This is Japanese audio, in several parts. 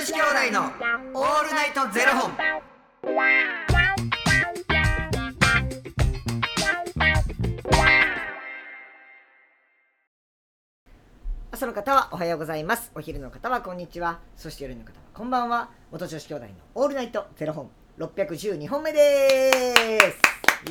子兄弟のオールナイトゼロ本。朝の方はおはようございます。お昼の方はこんにちは。そして夜の方はこんばんは。元女子兄弟のオールナイトゼロ本612本目です。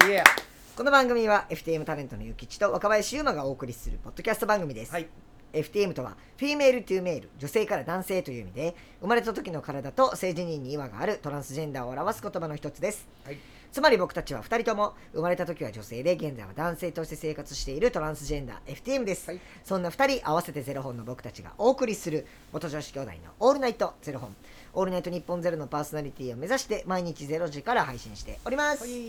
この番組は FTM タレントのゆきちと若林優馬がお送りするポッドキャスト番組です、はい。FTM とはフィメールトゥーメール、女性から男性という意味で、生まれた時の体と性自認に違和があるトランスジェンダーを表す言葉の一つです、はい。つまり僕たちは2人とも生まれた時は女性で現在は男性として生活しているトランスジェンダー FTM です、はい。そんな2人合わせてゼロ本の僕たちがお送りする元女子兄弟のオールナイトゼロ本、オールナイト日本ゼロのパーソナリティを目指して毎日0時から配信しております、はい。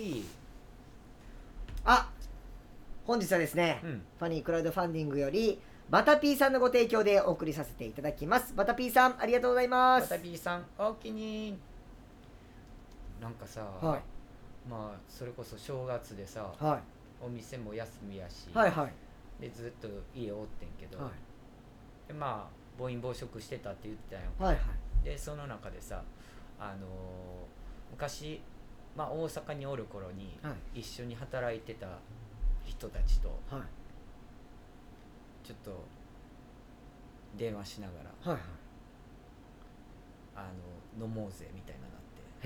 本日はですね、ファニークラウドファンディングよりバタピーさんのご提供でお送りさせていただきます。バタピーさんありがとうございます。 バタピーさんおおきに。なんかさ、はい、まあそれこそ正月でさ、はい、お店も休みやし、はいはい、でずっと家おってんけど、はい、でまあ暴飲暴食してたって言ってたよ、はいはい、でその中でさ、昔、まあ、大阪におる頃に一緒に働いてた人たちと、はい、ちょっと電話しながら、はいはい、飲もうぜみたいななって、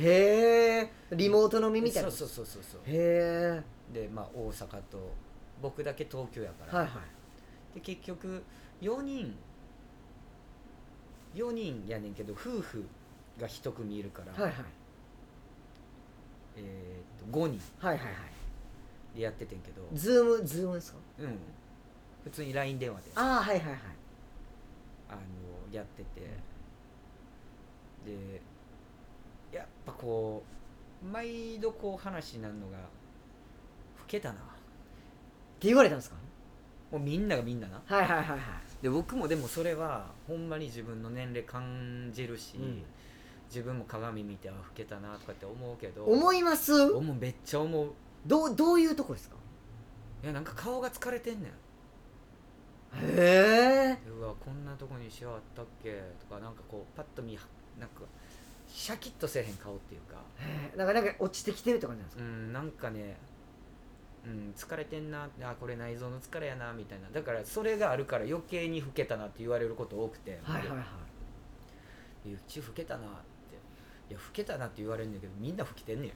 へえ、リモート飲みみたいな。 そうへえ。 でまあ大阪と僕だけ東京やから、はいはい、で結局4人やねんけど夫婦が1組いるから、はいはい、5人でやっててんけど、 ズームですか？ うん、普通に LINE 電話ではいはいはい、 やってて、でやっぱこう毎度こう話になるのが老けたなって言われたんですか？ もうみんながみんなな、 はいはいはいはい。 で僕もでもそれはほんまに自分の年齢感じるし、自分も鏡見て老けたなとかって思うけど。 思います？ めっちゃ思う。 どういうとこですか？ いやなんか顔が疲れてんねん。 へえ。 うわこんなとこにシワあったっけとか、なんかこうパッと見なんかシャキッとせえへん顔っていうか、 なんか落ちてきてるって感じなんですか？ なんかね、疲れてんな、これ内臓の疲れやなみたいな。だからそれがあるから余計に老けたなって言われること多くて、 はいはいはい、 ゆきち老けたなって、いや老けたなって言われるんだけどみんな老けてんねん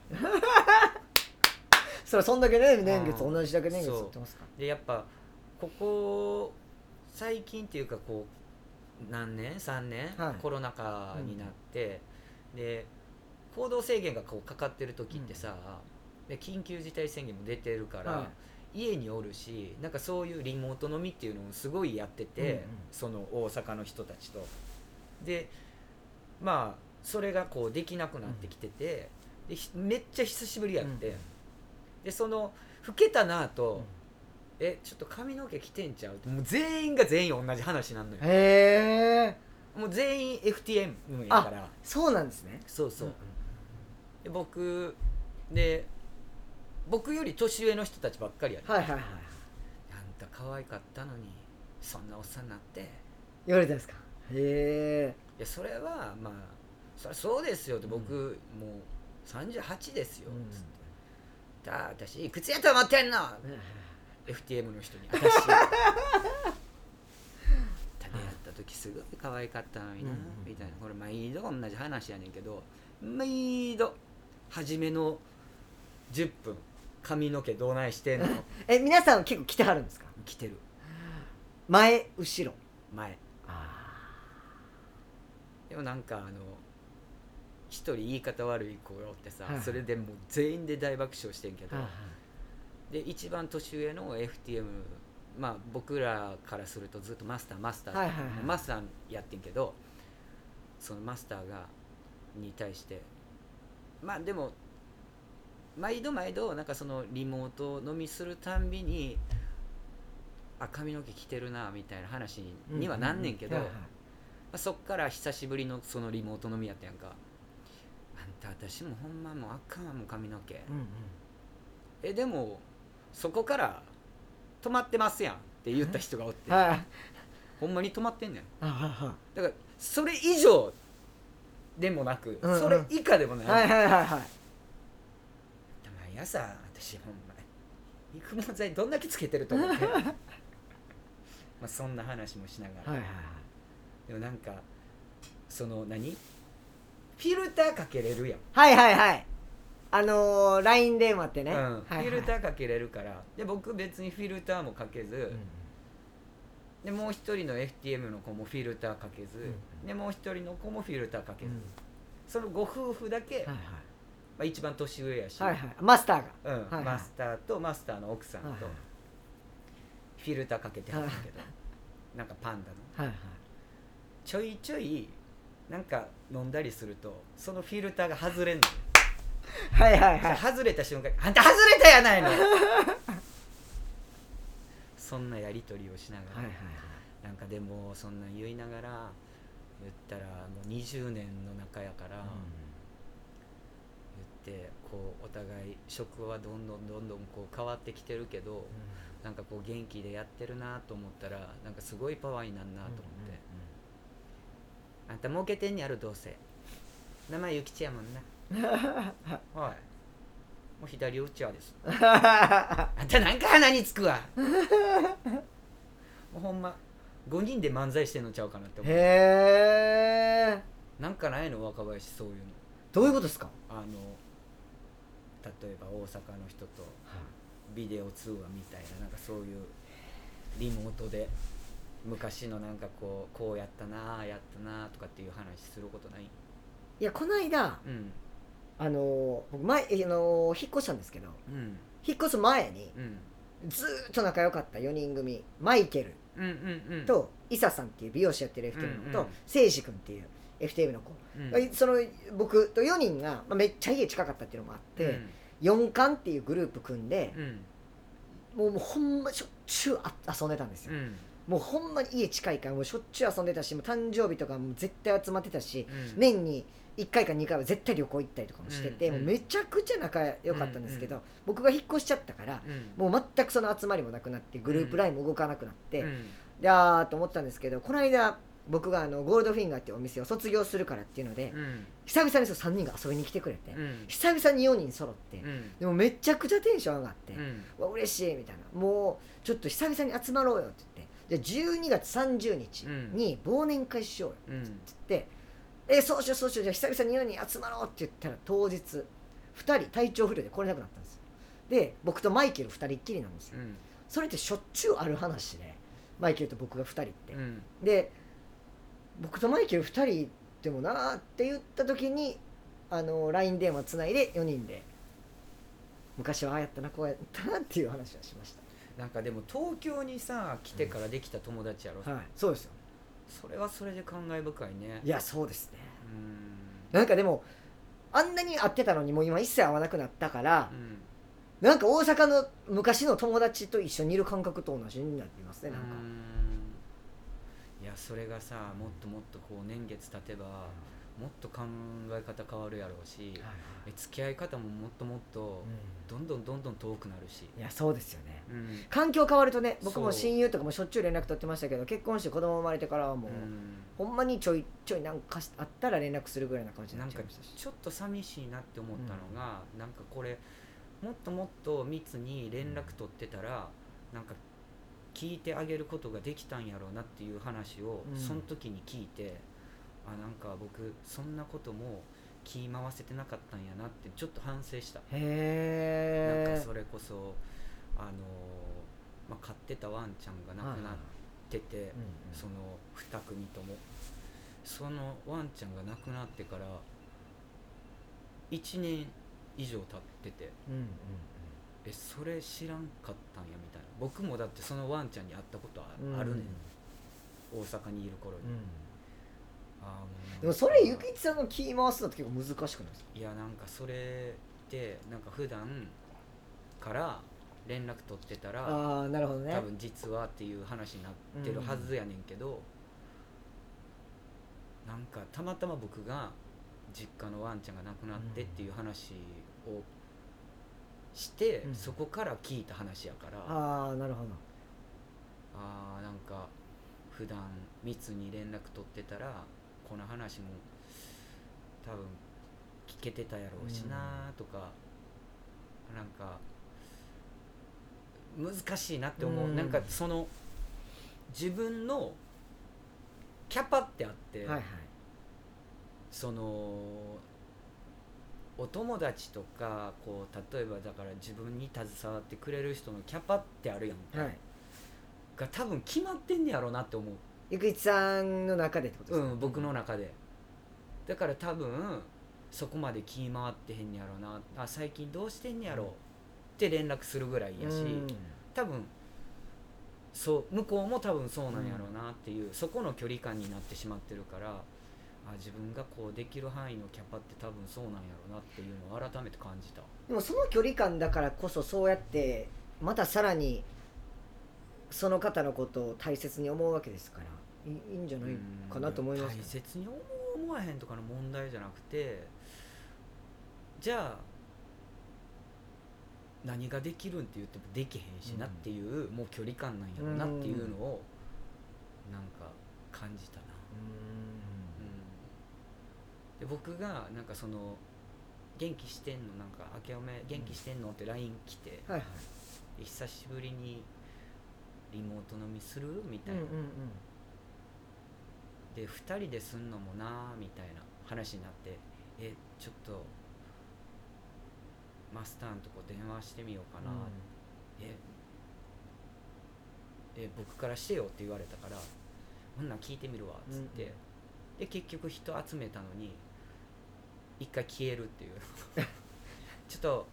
そんだけね、年月同じだけ年月取ってますか。 でやっぱここ最近っていうかこう何年3年、はい、コロナ禍になって、で行動制限がこうかかってる時ってさ、で緊急事態宣言も出てるから、はい、家におるし、なんかそういうリモート飲みっていうのをすごいやってて、その大阪の人たちとで、まあそれがこうできなくなってきてて、でめっちゃ久しぶりやって、でその老けたなと、ちょっと髪の毛来てんちゃうって、もう全員が全員同じ話なんのよ。 へえ。 もう全員 FTM やから。 そうなんですね。 そうそう、で僕より年上の人たちばっかりやで、はいはいはい、あんた可愛かったのにそんなおっさんになって言われたんですか？へえ。 いやそれはまあそりゃそうですよって、僕、もう38ですよ、つって、私いくつやと思ってんのFTM の人に、私出会った時すごい可愛かったのにな、みたいな。これ毎度同じ話やねんけど、毎度初めの10分髪の毛どないしてんの皆さん結構来てはるんですか？ 来てる。 前後ろ前。でもなんか一人言い方悪い子がおってさ、それでもう全員で大爆笑してんけど、で一番年上の FTM、 まあ僕らからするとずっとマスター、マスターやってんけど、そのマスターに対してまあでも毎度なんかそのリモート飲みするたんびに髪の毛着てるなみたいな話にはなんねんけど、そっから久しぶりのそのリモート飲みやったやんか。あんた私もほんまもうあかんわもう髪の毛、でもそこから止まってますやんって言った人がおって、ほんまに止まってんねん。だからそれ以上でもなく、 うんうん、 それ以下でもない、 はいはいはいはい。 毎朝私ほんま育毛剤どんだけつけてると思ってまあそんな話もしながら、 はいはいはい、 でもなんかその何フィルターかけれるやん、 はいはいはい、LINE 電話ってね、 うん、 はいはい、 フィルターかけれるから、で僕別にフィルターもかけず、 うん、 でもう一人の FTM の子もフィルターかけず、 うん、 でもう一人の子もフィルターかけず、 うん、 そのご夫婦だけ、 はいはい、 まあ、一番年上やし、 はいはい、マスターが、 うん、 はいはい、 マスターとマスターの奥さんとフィルターかけてはったけど、なんかパンダの、はいはい、ちょいちょいなんか飲んだりするとそのフィルターが外れんのよはいはいはい、 外れた瞬間あんた外れたやないのそんなやり取りをしながら、はいはいはい、なんかでもそんなん言いながら言ったらもう20年の中やから、言ってこうお互い職はどんどんこう変わってきてるけど、なんかこう元気でやってるなと思ったらなんかすごいパワーになるなと思って、あんた儲けてんねやろどうせ名前ゆきちやもんなおいもう左打ちはですあんたなんか鼻につくわもうほんま5人で漫才してんのちゃうかなって思う。へえ。 なんかないの若林そういうの。 どういうことですか？ 例えば大阪の人とビデオ通話みたいな、なんかそういうリモートで昔のなんかこうやったなやったなとかっていう話することない？ いやこの間、うん、僕前引っ越したんですけど、うん、引っ越す前に、うん、ずーっと仲良かった4人組マイケルとイサさんっていう美容師やってる FTM の子とセイジ君っていう FTM の子、うん、その僕と4人が、めっちゃ家近かったっていうのもあって、うん、4冠っていうグループ組んで、うん、もうほんましょっちゅう遊んでたんですよ、うん、もうほんまに家近いからもうしょっちゅう遊んでたし、もう誕生日とかも絶対集まってたし、うん、年に1回か2回は絶対旅行行ったりとかもしてて、うん、もうめちゃくちゃ仲良かったんですけど、僕が引っ越しちゃったから、もう全くその集まりもなくなってグループ LINE も動かなくなって、でと思ったんですけど、この間僕がゴールドフィンガーっていうお店を卒業するからっていうので、久々に3人が遊びに来てくれて、久々に4人揃って、でもめちゃくちゃテンション上がって、わ嬉しいみたいな、もうちょっと久々に集まろうよって言って、じゃあ12月30日に忘年会しようよって言って、そうしようじゃあ久々に4人集まろうって言ったら、当日2人体調不良で来れなくなったんですよ。で僕とマイケル2人っきりなんですよ、それってしょっちゅうある話で、マイケルと僕が2人って、で僕とマイケル2人でもなーって言った時にLINE 電話つないで4人で昔はああやったなこうやったなっていう話はしました。 なんかでも東京にさ来てからできた友達やろ、 はい、そうですよ。 それはそれで感慨深いね。 いやそうですね。なんかでもあんなに会ってたのにもう今一切会わなくなったから、なんか大阪の昔の友達と一緒にいる感覚と同じになっていますね。なんかいやそれがさ、もっともっとこう年月経てば、もっと考え方変わるやろうし、付き合い方ももっともっとどんどん遠くなるし、 いやそうですよね、環境変わるとね。僕も親友とかもしょっちゅう連絡取ってましたけど、結婚して子供生まれてからはもう、ほんまにちょいなんかあったら連絡するぐらいな感じになっちゃいましたし、 なんかちょっと寂しいなって思ったのが、なんかこれもっともっと密に連絡取ってたら、なんか聞いてあげることができたんやろうなっていう話をその時に聞いて、なんか僕そんなことも気回せてなかったんやなってちょっと反省した。 へー。 なんかそれこそ飼ってたワンちゃんが亡くなってて、その2組ともそのワンちゃんが亡くなってから1年以上経ってて、それ知らんかったんやみたいな。僕もだってそのワンちゃんに会ったことあるねん、大阪にいる頃に、 でもそれゆきちさんの気回すのって結構難しくないですか？ いやなんかそれってなんか普段から連絡取ってたら、 なるほどね、 多分実はっていう話になってるはずやねんけど、なんかたまたま僕が実家のワンちゃんが亡くなってっていう話をして、そこから聞いた話やから、 なるほど。 なんか普段密に連絡取ってたらこの話も多分聞けてたやろうしなとか、なんか難しいなって思う、なんかその自分のキャパってあって、はいはい、そのお友達とかこう例えばだから自分に携わってくれる人のキャパってあるやんか、はい、が多分決まってんねやろうなって思う。 ゆくいちさんの中でってことですか？ 僕の中で。だから多分そこまで気回ってへんねやろうな、あ最近どうしてんねやろうって連絡するぐらいやし、多分そう向こうも多分そうなんやろうなっていう、そこの距離感になってしまってるから、自分がこうできる範囲のキャパって多分そうなんやろうなっていうのを改めて感じた。 でもその距離感だからこそそうやってまたさらにその方のことを大切に思うわけですから、いいんじゃないかなと思います。 大切に思わへんとかの問題じゃなくて、じゃあ何ができるんって言ってもできへんしなっていう、もう距離感なんやろうなっていうのをなんか感じたな。で僕がなんかその元気してんの、なんか明けおめ元気してんのって LINE 来て、はいはい、久しぶりにリモート飲みするみたいな、で2人ですんのもなみたいな話になって、ちょっとマスターのとこ電話してみようかな、僕からしてよって言われたから、ほんなん聞いてみるわっつって、で結局人集めたのに一回消えるっていうちょっと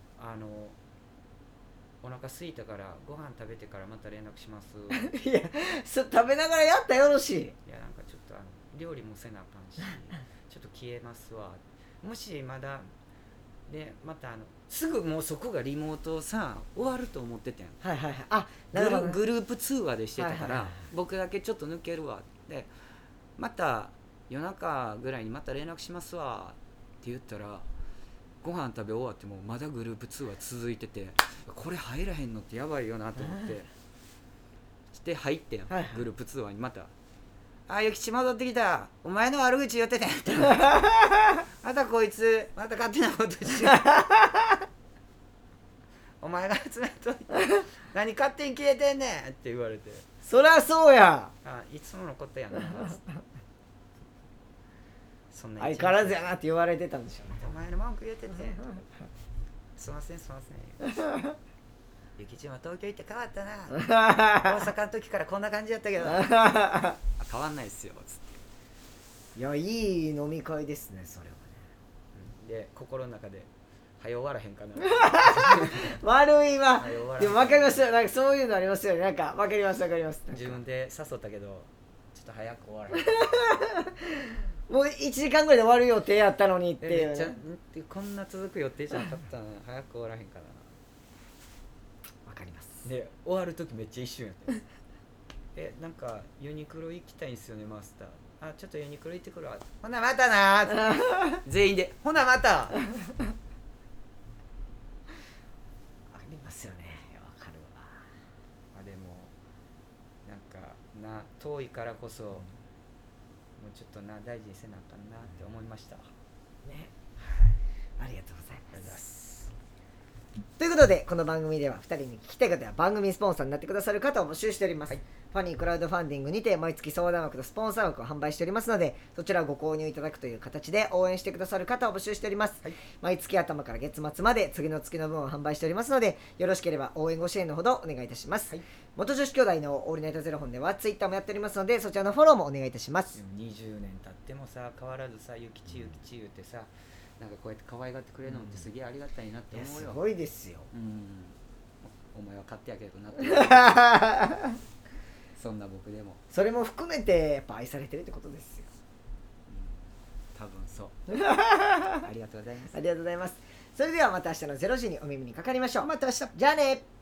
お腹空いたからご飯食べてからまた連絡しますいや食べながらやったらよろしい。 いやなんかちょっと料理もせなあかんしちょっと消えますわ、もしまだでまたすぐもうそこがリモートさ終わると思っててん、 はいはいはい、あなるほど、ね、 グループ通話でしてたから、はいはいはい、僕だけちょっと抜けるわでまた夜中ぐらいにまた連絡しますわって言ったら、ご飯食べ終わってもまだグループ通話続いてて、これ入らへんのってやばいよなと思ってして入ってん、はいはい、グループ通話にまたゆきち戻ってきた、お前の悪口言ってたんってまたこいつまた勝手なことしてお前が集めといて何勝手に消えてんねんって言われて、 そりゃそうや、 いつものことやなそんな相変わらずやなって言われてたんでしょうね。 お前の文句言っててすいませんゆきちは東京行って変わったな大阪の時からこんな感じやったけど変わんないっすよつって、 いやいい飲み会ですねそれはね、で心の中で早終わらへんかな悪いわ。でも分かりますよ、なんかそういうのありますよね、なんか分かります自分で誘ったけどちょっと早く終わらへんもう1時間ぐらいで終わる予定やったのにっていう、ね、 こんな続く予定じゃなかったな早く終わらへんかな。 わかります。 で終わる時めっちゃ一瞬やったなんかユニクロ行きたいんすよねマスター、ちょっとユニクロ行ってくるわ、ほなまたな全員でほなまたありますよね、わかるわ。 でもなんか遠いからこそ、もうちょっと大事にせなあかんなって思いましたね。ありがとうございます。ということでこの番組では2人に聞きたい方や番組スポンサーになってくださる方を募集しております、はい、ファニークラウドファンディングにて毎月相談枠とスポンサー枠を販売しておりますので、そちらをご購入いただくという形で応援してくださる方を募集しております、はい、毎月頭から月末まで次の月の分を販売しておりますので、よろしければ応援ご支援のほどお願いいたします、はい、元女子兄弟のオールナイトゼロ本ではツイッターもやっておりますので、そちらのフォローもお願いいたします。 でも20年経ってもさ変わらずさゆきちゆきち言ってさ、なんかこうやって可愛がってくれるのってすげえありがたいなって思うよ。 すごいですよ、 お前は勝手やけどなってそんな僕でもそれも含めてやっぱ愛されてるってことですよ、 多分そうありがとうございます。 ありがとうございます。それではまた明日の0時にお耳にかかりましょう。 また明日。 じゃあね。